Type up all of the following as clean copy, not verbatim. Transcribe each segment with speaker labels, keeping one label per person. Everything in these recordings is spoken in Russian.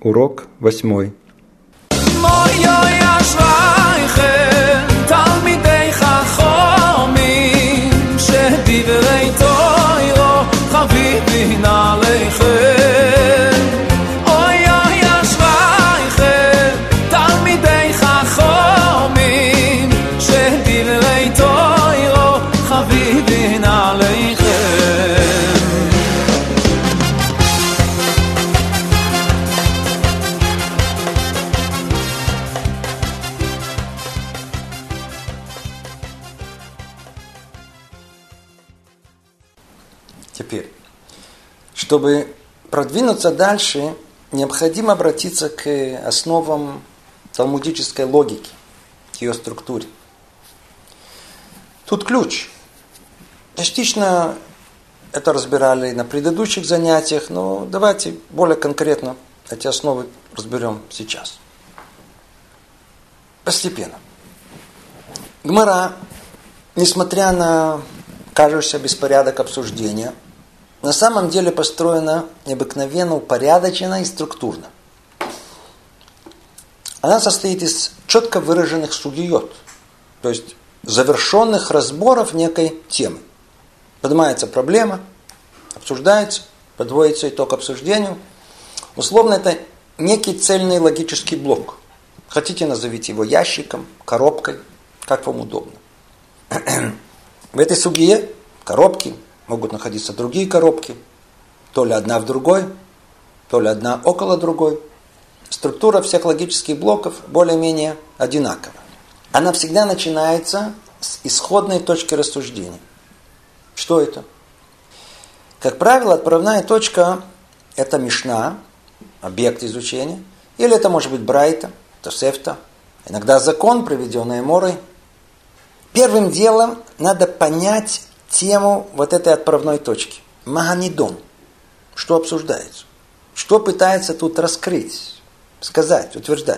Speaker 1: Урок 8. Теперь, чтобы продвинуться дальше, необходимо обратиться к основам талмудической логики, к ее структуре. Тут ключ. Частично это разбирали на предыдущих занятиях, но давайте более конкретно эти основы разберем сейчас. Постепенно. Гемара, несмотря на кажущийся беспорядок обсуждения, на самом деле построена необыкновенно упорядоченно и структурно. Она состоит из четко выраженных сугиот, то есть завершенных разборов некой темы. Поднимается проблема, обсуждается, подводится итог обсуждению. Условно, это некий цельный логический блок. Хотите, назовите его ящиком, коробкой, как вам удобно. В этой сугие, коробки, могут находиться другие коробки, то ли одна в другой, то ли одна около другой. Структура всех логических блоков более-менее одинакова. Она всегда начинается с исходной точки рассуждения. Что это? Как правило, отправная точка – это Мишна, объект изучения, или это может быть Брайта, Тосефта, иногда закон, приведенный Морой. Первым делом надо понять тему вот этой отправной точки. Маганидон. Что обсуждается? Что пытается тут раскрыть, сказать, утверждать?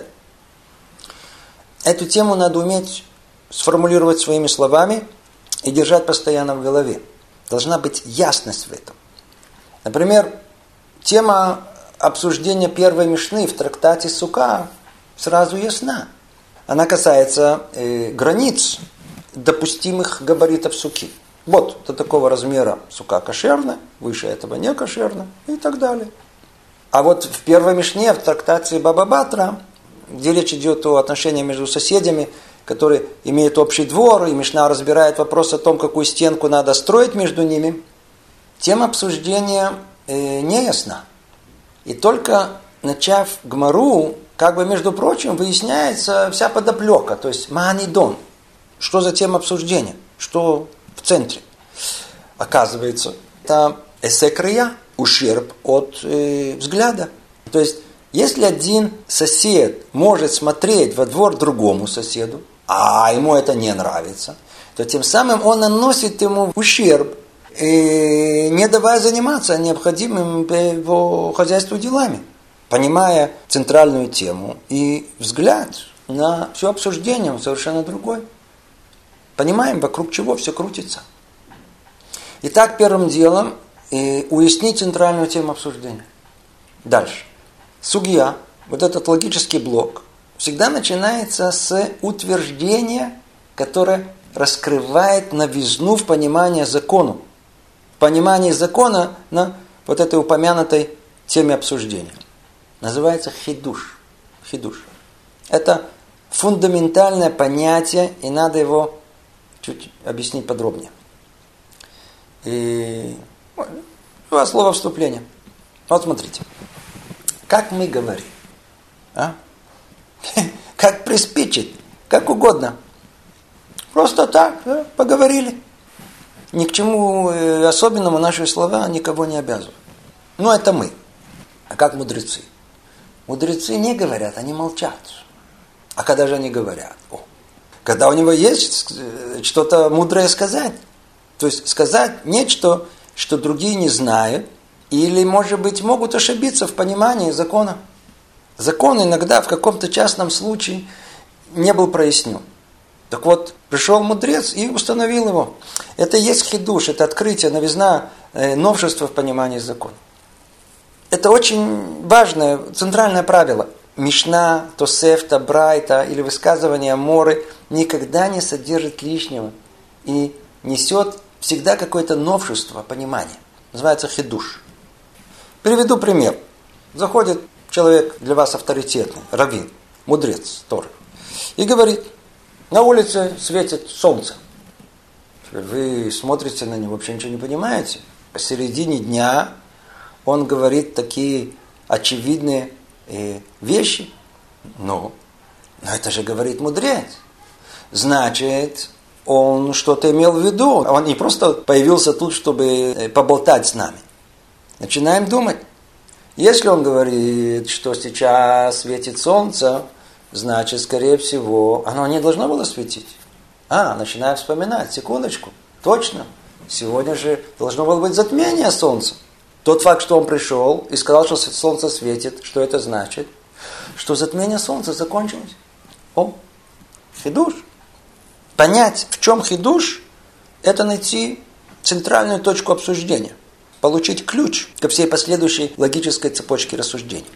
Speaker 1: Эту тему надо уметь сформулировать своими словами и держать постоянно в голове. Должна быть ясность в этом. Например, тема обсуждения первой мишны в трактате Сука сразу ясна. Она касается границ допустимых габаритов суки. Вот до такого размера сука кошерна, выше этого не кошерна и так далее. А вот в первой мишне, в трактате Баба Батра, где речь идет о отношениях между соседями, которые имеют общий двор, и мишна разбирает вопрос о том, какую стенку надо строить между ними, тема обсуждения не ясна. И только начав Гмару, как бы между прочим, выясняется вся подоплека, то есть Маанидон. Что за тема обсуждения? Что в центре? Оказывается, это эсекрия, ущерб от взгляда. То есть, если один сосед может смотреть во двор другому соседу, а ему это не нравится, то тем самым он наносит ему ущерб, не давая заниматься необходимым его хозяйству делами, понимая центральную тему и взгляд на все обсуждение, он совершенно другой. Понимаем, вокруг чего все крутится. Итак, первым делом уяснить центральную тему обсуждения. Дальше. Сугья, вот этот логический блок, всегда начинается с утверждения, которое раскрывает новизну в понимании закона. В понимании закона на вот этой упомянутой теме обсуждения. Называется хидуш. Хидуш. Это фундаментальное понятие, и надо его чуть объяснить подробнее. И два слова вступления. Вот смотрите. Как мы говорим. Как приспичит. Как угодно. Просто так, поговорили. Ни к чему особенному наши слова никого не обязывают. Но это мы. А как мудрецы? Мудрецы не говорят, они молчат. А когда же они говорят? Когда у него есть что-то мудрое сказать. То есть сказать нечто, что другие не знают, или, может быть, могут ошибиться в понимании закона. Закон иногда в каком-то частном случае не был прояснен. Так вот, пришел мудрец и установил его. Это и есть хидуш, это открытие, новизна, новшество в понимании закона. Это очень важное, центральное правило. Мишна, Тосефта, Брайта или высказывание Моры никогда не содержит лишнего и несет всегда какое-то новшество, понимание. Называется хидуш. Приведу пример. Заходит человек для вас авторитетный, раввин, мудрец Торы, и говорит: на улице светит солнце. Вы смотрите на него, вообще ничего не понимаете. Посередине дня он говорит такие очевидные вещи. Но это же говорит мудрец. Значит, он что-то имел в виду. Он не просто появился тут, чтобы поболтать с нами. Начинаем думать. Если он говорит, что сейчас светит солнце, значит, скорее всего, оно не должно было светить. Начинаем вспоминать. Секундочку. Точно. Сегодня же должно было быть затмение солнца. Тот факт, что он пришел и сказал, что солнце светит, что это значит? Что затмение солнца закончилось. Хидуш. Понять, в чем хидуш, это найти центральную точку обсуждения. Получить ключ ко всей последующей логической цепочке рассуждений.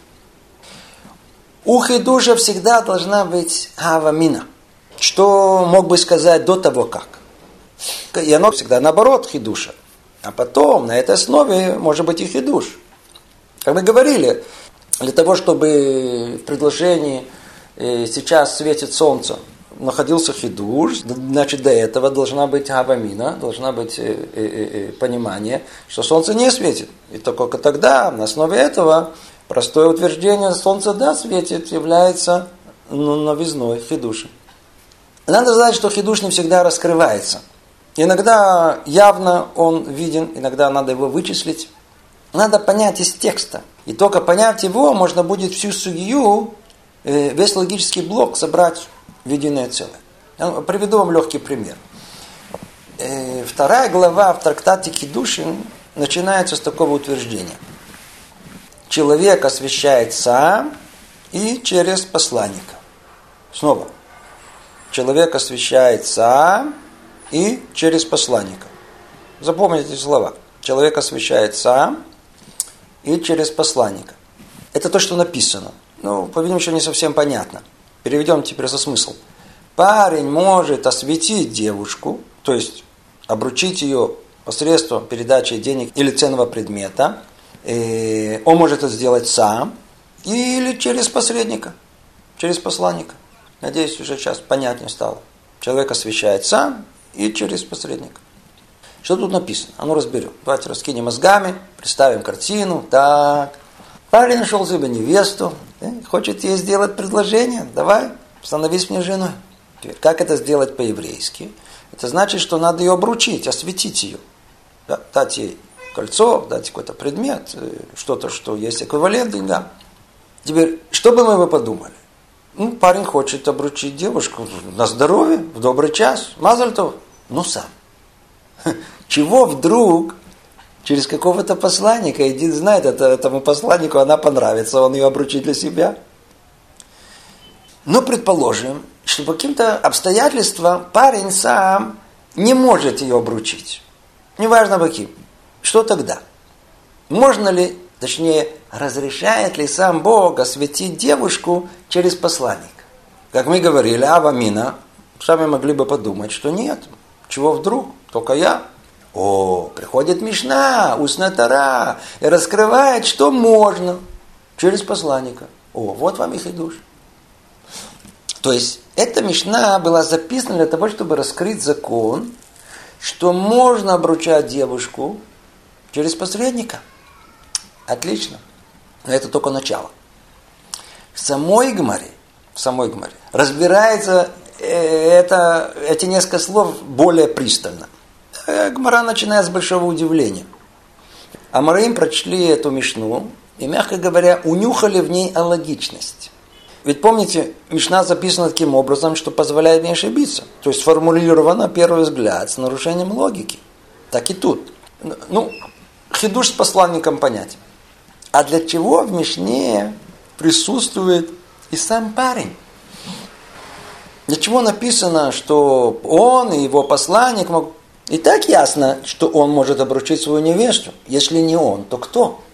Speaker 1: У хидуша всегда должна быть авамина. Что мог бы сказать до того как. И оно всегда наоборот хидуша. А потом на этой основе может быть и хидуш. Как мы говорили, для того, чтобы в предложении сейчас светит солнце, находился хидуш, значит, до этого должна быть авамина, должна быть понимание, что солнце не светит. И только тогда, на основе этого, простое утверждение «солнце да светит» является новизной хидуша. Надо знать, что хидуш не всегда раскрывается. Иногда явно он виден, иногда надо его вычислить. Надо понять из текста. И только поняв его, можно будет всю сугию, весь логический блок собрать в единое целое. Я приведу вам легкий пример. 2 глава в трактате Кидушин начинается с такого утверждения. Человек освящает сам и через посланника. Снова. Человек освящает сам и через посланника. Запомните эти слова. Человек освящает сам и через посланника. Это то, что написано. По-видимому, еще не совсем понятно. Переведем теперь за смысл. Парень может осветить девушку, то есть обручить ее посредством передачи денег или ценного предмета. Он может это сделать сам или через посредника, через посланника. Надеюсь, уже сейчас понятнее стало. Человек освящает сам и через посредника. Что тут написано? Разберем. Давайте раскинем мозгами, представим картину. Так, парень нашел себе невесту, хочет ей сделать предложение. Давай, становись мне женой. Теперь, как это сделать по-еврейски? Это значит, что надо ее обручить, осветить ее. Дать ей кольцо, дать какой-то предмет, что-то, что есть эквивалент деньгам. Теперь, что бы мы подумали? Парень хочет обручить девушку на здоровье, в добрый час. Мазаль тов. Сам. Чего вдруг через какого-то посланника, иди знает, этому посланнику она понравится, он ее обручит для себя. Но предположим, что по каким-то обстоятельствам парень сам не может ее обручить. Неважно каким. Что тогда? Можно ли, точнее, разрешает ли сам Бог осветить девушку через посланника? Как мы говорили, авамина, сами могли бы подумать, что нет. Чего вдруг? Только я. Приходит Мишна, устная Тора, и раскрывает, что можно через посланника. Вот вам и хидуш. То есть, эта Мишна была записана для того, чтобы раскрыть закон, что можно обручать девушку через посредника. Отлично. Но это только начало. В самой Гемаре разбирается эти несколько слов более пристально. Гемара начинает с большого удивления. Амараим прочли эту Мишну и, мягко говоря, унюхали в ней алогичность. Ведь помните, Мишна записана таким образом, что позволяет не ошибиться. То есть сформулирована, на первый взгляд, с нарушением логики. Так и тут. Хидуш с посланником понять. А для чего в Мишне присутствует и сам парень? Для чего написано, что он и его посланник могут... И так ясно, что он может обручить свою невесту. Если не он, то кто?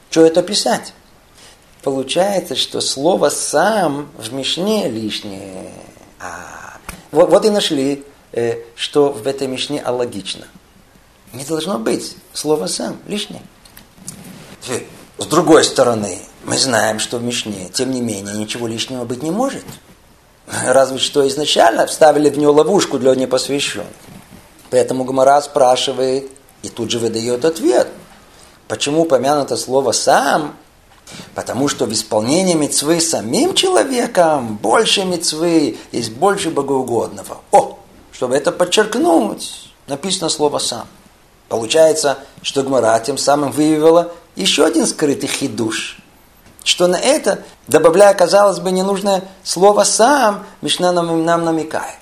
Speaker 1: Что это писать? Получается, что слово «сам» в Мишне лишнее. Вот и нашли, что в этой Мишне алогично. Не должно быть слово «сам» лишнее. С другой стороны, мы знаем, что в Мишне, тем не менее, ничего лишнего быть не может. Разве что изначально вставили в нее ловушку для непосвященных. Поэтому Гемара спрашивает и тут же выдает ответ. Почему упомянуто слово «сам»? Потому что в исполнении мицвы самим человеком больше мицвы, есть больше богоугодного. Чтобы это подчеркнуть, написано слово «сам». Получается, что Гемара тем самым выявила еще один скрытый хидуш. Что на это, добавляя, казалось бы, ненужное слово «сам», Мишна нам намекает.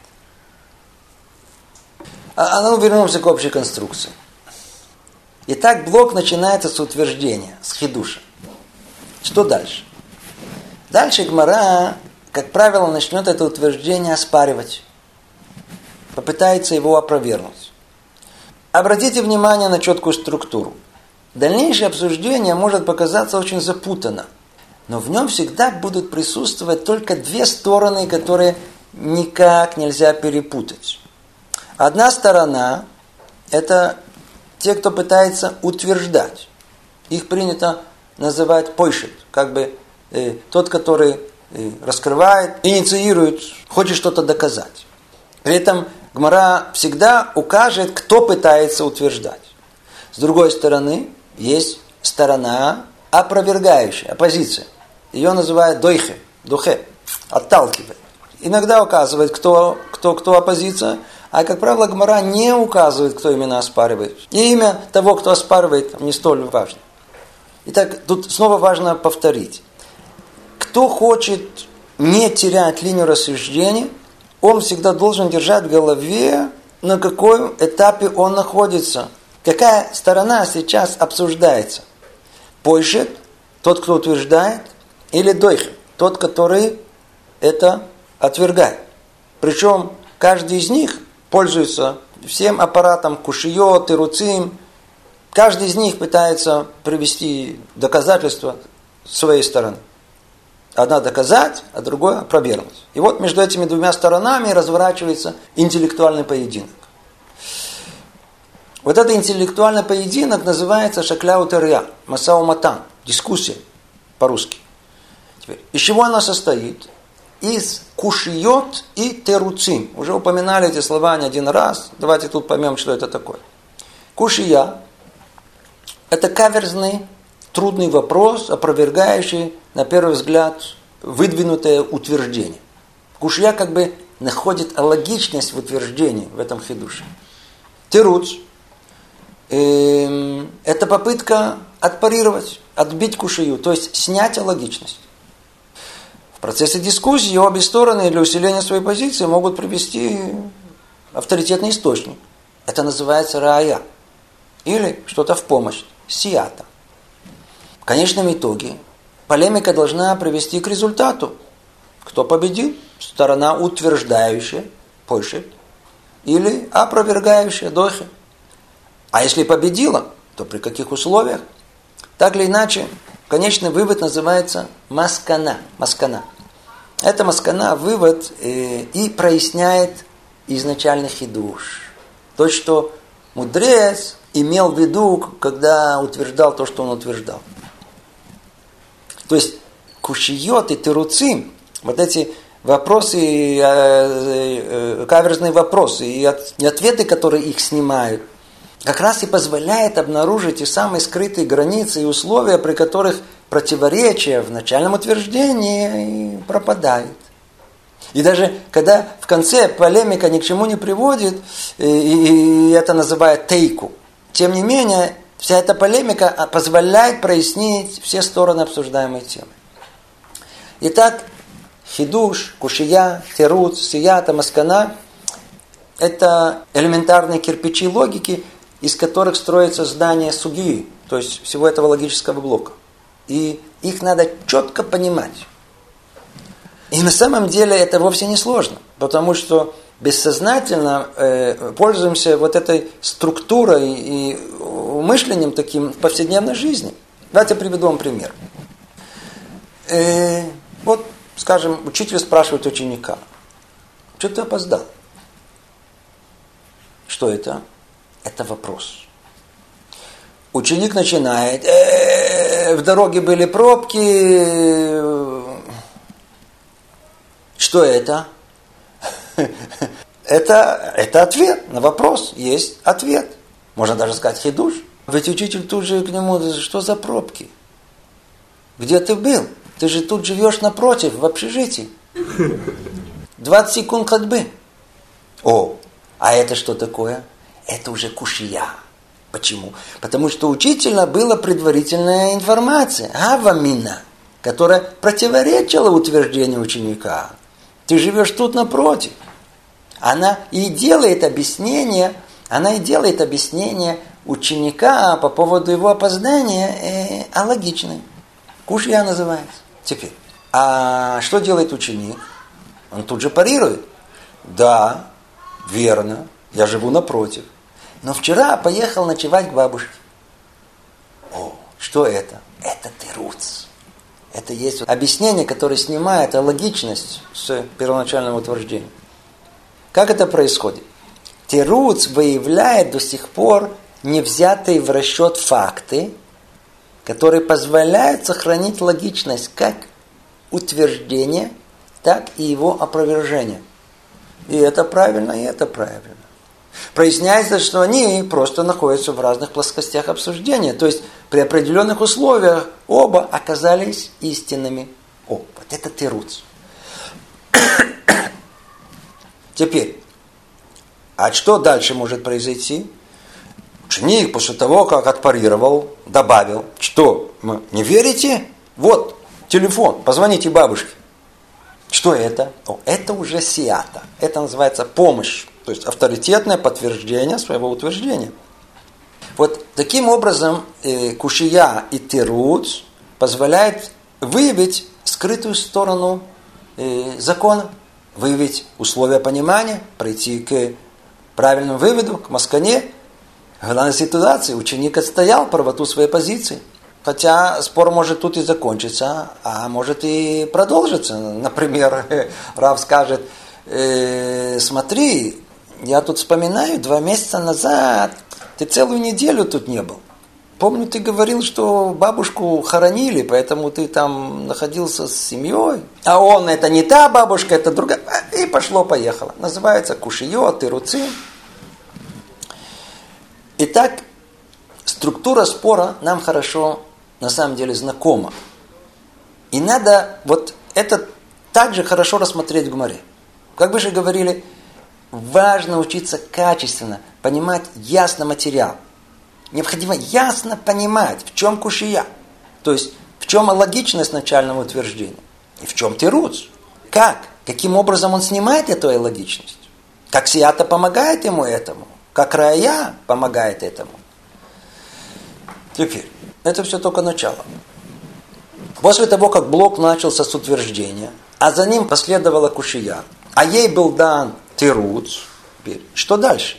Speaker 1: Вернемся к общей конструкции. Итак, блок начинается с утверждения, с хидуша. Что дальше? Дальше Гемара, как правило, начнет это утверждение оспаривать. Попытается его опровергнуть. Обратите внимание на четкую структуру. Дальнейшее обсуждение может показаться очень запутанно, но в нем всегда будут присутствовать только две стороны, которые никак нельзя перепутать. Одна сторона – это те, кто пытается утверждать. Их принято называть пойшет, тот, который раскрывает, инициирует, хочет что-то доказать. При этом Гемара всегда укажет, кто пытается утверждать. С другой стороны, есть сторона опровергающая, оппозиция. Ее называют духе, отталкивает. Иногда указывает, кто оппозиция, а, как правило, Гемара не указывает, кто именно оспаривает. И имя того, кто оспаривает, не столь важно. Итак, тут снова важно повторить. Кто хочет не терять линию рассуждения, он всегда должен держать в голове, на каком этапе он находится. Какая сторона сейчас обсуждается. Пойшет, тот, кто утверждает, или дойхе, тот, который это отвергает. Причем каждый из них пользуется всем аппаратом кушиот, тируцим. Каждый из них пытается привести доказательства с своей стороны. Одна доказать, а другое опровергнуть. И вот между этими двумя сторонами разворачивается интеллектуальный поединок. Вот этот интеллектуальный поединок называется шакляу терья, масау-матан, дискуссия по-русски. Теперь, из чего она состоит? Из кушиот и теруцим. Уже упоминали эти слова не один раз. Давайте тут поймем, что это такое. Кушия – это каверзный, трудный вопрос, опровергающий, на первый взгляд, выдвинутое утверждение. Кушия находит алогичность в утверждении в этом хидуше. Теруц – это попытка отпарировать, отбить кушию, то есть снять алогичность. В процессе дискуссии обе стороны для усиления своей позиции могут привести авторитетный источник. Это называется раая. Или что-то в помощь. Сията. В конечном итоге полемика должна привести к результату. Кто победил? Сторона утверждающая, пойшет, или опровергающая, дохе. А если победила, то при каких условиях? Так или иначе, конечный вывод называется маскана. Это маскана, вывод, и проясняет изначальный хидуш. То, что мудрец имел в виду, когда утверждал то, что он утверждал. То есть кушиот и теруцим, вот эти вопросы, каверзные вопросы и ответы, которые их снимают, как раз и позволяет обнаружить те самые скрытые границы и условия, при которых противоречие в начальном утверждении пропадает. И даже когда в конце полемика ни к чему не приводит, и это называют тейку, тем не менее, вся эта полемика позволяет прояснить все стороны обсуждаемой темы. Итак, хидуш, кушия, теруц, сията, маскана – это элементарные кирпичи логики, из которых строится здание сугии, то есть всего этого логического блока. И их надо четко понимать. И на самом деле это вовсе не сложно, потому что бессознательно пользуемся вот этой структурой и мышлением таким в повседневной жизни. Давайте я приведу вам пример. Вот, скажем, учитель спрашивает ученика: что ты опоздал? Что это? Это вопрос. Ученик начинает: в дороге были пробки. Что это? Это ответ на вопрос. Есть ответ. Можно даже сказать хидуш. Ведь учитель тут же к нему: что за пробки? Где ты был? Ты же тут живешь напротив, в общежитии. 20 секунд ходьбы. О, а это что такое? Это уже кушия. Почему? Потому что у учителя была предварительная информация, авамина, которая противоречила утверждению ученика. Ты живешь тут напротив. Она и делает объяснение ученика по поводу его опоздания алогичным. Кушья называется. Теперь, а что делает ученик? Он тут же парирует. Да, верно, я живу напротив. Но вчера поехал ночевать к бабушке. О, что это? Это тируц. Это есть объяснение, которое снимает логичность с первоначального утверждения. Как это происходит? Тируц выявляет до сих пор не взятые в расчет факты, которые позволяют сохранить логичность как утверждения, так и его опровержения. И это правильно, и это правильно. Проясняется, что они просто находятся в разных плоскостях обсуждения. То есть при определенных условиях оба оказались истинными. О, вот это тируц. Теперь, а что дальше может произойти? Ученик после того, как отпарировал, добавил: что, не верите? Вот, телефон, позвоните бабушке. Что это? О, это уже сиата. Это называется помощь. То есть авторитетное подтверждение своего утверждения. Вот таким образом кушия и тируц позволяют выявить скрытую сторону закона, выявить условия понимания, прийти к правильному выводу, к маскане. В данной ситуации ученик отстоял правоту своей позиции. Хотя спор может тут и закончиться, а может и продолжиться. Например, Рав скажет: смотри, я тут вспоминаю, 2 месяца назад ты целую неделю тут не был. Помню, ты говорил, что бабушку хоронили, поэтому ты там находился с семьей. А он: это не та бабушка, это другая. И пошло-поехало. Называется кушиё, тируцим. Итак, структура спора нам хорошо, на самом деле, знакома. И надо вот это также хорошо рассмотреть в Гемаре. Как вы же говорили, важно учиться качественно, понимать ясно материал. Необходимо ясно понимать, в чем кушия. То есть, в чем логичность начального утверждения. И в чем тируц. Как? Каким образом он снимает эту логичность? Как сията помогает ему этому? Как рая помогает этому? Теперь, это все только начало. После того, как блок начался с утверждения, а за ним последовала кушия, а ей был дан тируц, что дальше?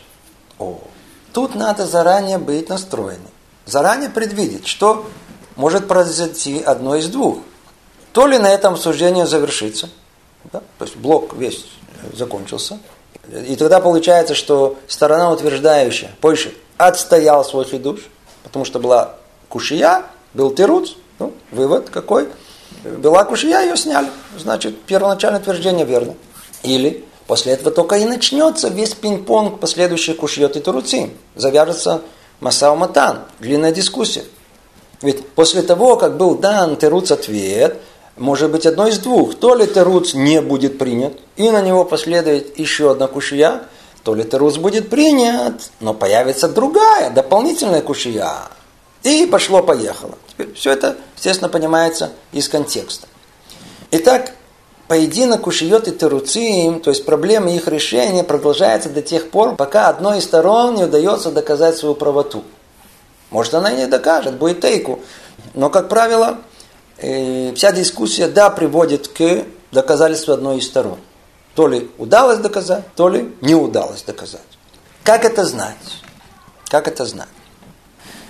Speaker 1: Тут надо заранее быть настроенным. Заранее предвидеть, что может произойти одно из двух. То ли на этом суждение завершится, да? То есть блок весь закончился, и тогда получается, что сторона утверждающая, Польша, отстоял свой хидуш, потому что была кушия, был тируц, вывод какой? Была кушия, ее сняли. Значит, первоначальное утверждение верно. Или после этого только и начнется весь пинг-понг последующих кушьет и тируцим. Завяжется масау-матан, длинная дискуссия. Ведь после того, как был дан тируц ответ, может быть одно из двух. То ли тируц не будет принят, и на него последует еще одна кушия, то ли тируц будет принят, но появится другая, дополнительная кушия. И пошло-поехало. Теперь все это, естественно, понимается из контекста. Итак, поединок кушиот и тируцим, то есть проблемы их решения, продолжается до тех пор, пока одной из сторон не удается доказать свою правоту. Может, она и не докажет, будет тейку. Но, как правило, вся дискуссия, приводит к доказательству одной из сторон. То ли удалось доказать, то ли не удалось доказать. Как это знать? Как это знать?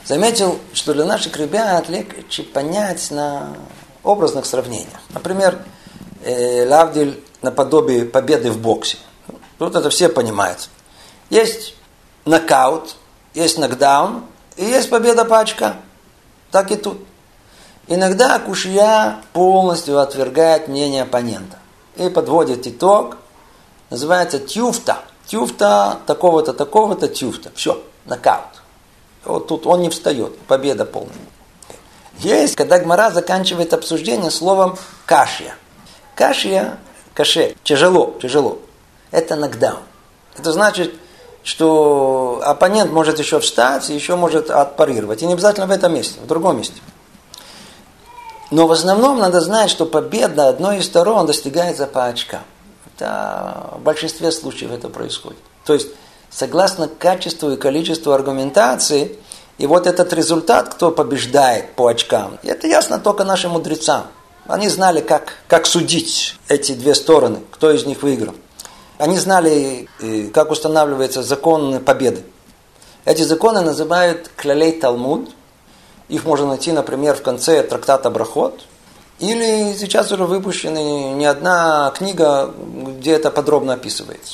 Speaker 1: заметил, что для наших ребят легче понять на образных сравнениях. Например, лавдиль наподобие победы в боксе. Вот это все понимают. Есть нокаут, есть нокдаун и есть победа по очкам. Так и тут. Иногда кушья полностью отвергает мнение оппонента и подводит итог. Называется тюфта. Тюфта такого-то, такого-то тюфта. Все, нокаут. Вот тут он не встает. Победа полная. Есть, когда Гмара заканчивает обсуждение словом кашья. Кашья, каше, тяжело. Это нокдаун. Это значит, что оппонент может еще встать и еще может отпарировать. И не обязательно в этом месте, в другом месте. Но в основном надо знать, что победа одной из сторон достигается по очкам. Это в большинстве случаев это происходит. То есть, согласно качеству и количеству аргументации, и вот этот результат, кто побеждает по очкам, это ясно только нашим мудрецам. Они знали, как судить эти две стороны, кто из них выиграл. Они знали, как устанавливается закон победы. Эти законы называют клалей Талмуд. Их можно найти, например, в конце трактата Брахот. Или сейчас уже выпущена не одна книга, где это подробно описывается.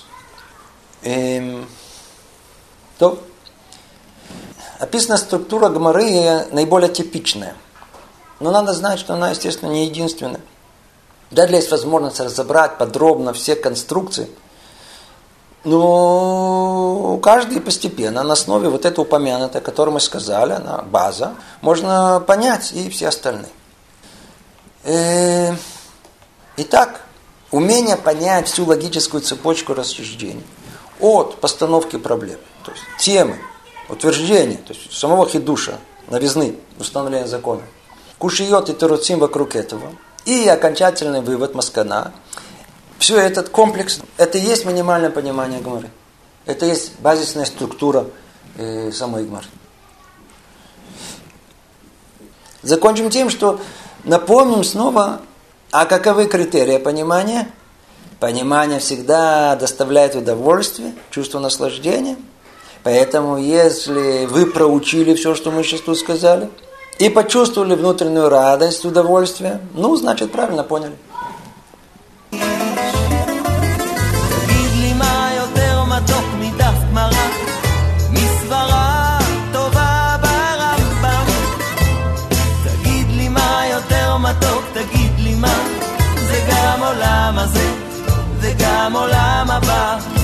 Speaker 1: То описана структура Гмары наиболее типичная. Но надо знать, что она, естественно, не единственная. Да, есть возможность разобрать подробно все конструкции. Но каждый постепенно на основе вот этого упомянутого, о котором мы сказали, она база, можно понять и все остальные. Итак, умение понять всю логическую цепочку рассуждений от постановки проблем, то есть темы, утверждения, то есть самого хидуша, новизны, установления закона, кушиот и теруцим вокруг этого, и окончательный вывод Маскана. Все этот комплекс, это и есть минимальное понимание Гмары. Это и есть базисная структура самой Гмары. Закончим тем, что напомним снова, а каковы критерии понимания. Понимание всегда доставляет удовольствие, чувство наслаждения. Поэтому, если вы проучили все, что мы сейчас тут сказали, и почувствовали внутреннюю радость, удовольствие, значит, правильно поняли.
Speaker 2: תגיד לי מה זה גם עולם הזה וגם עולם הבא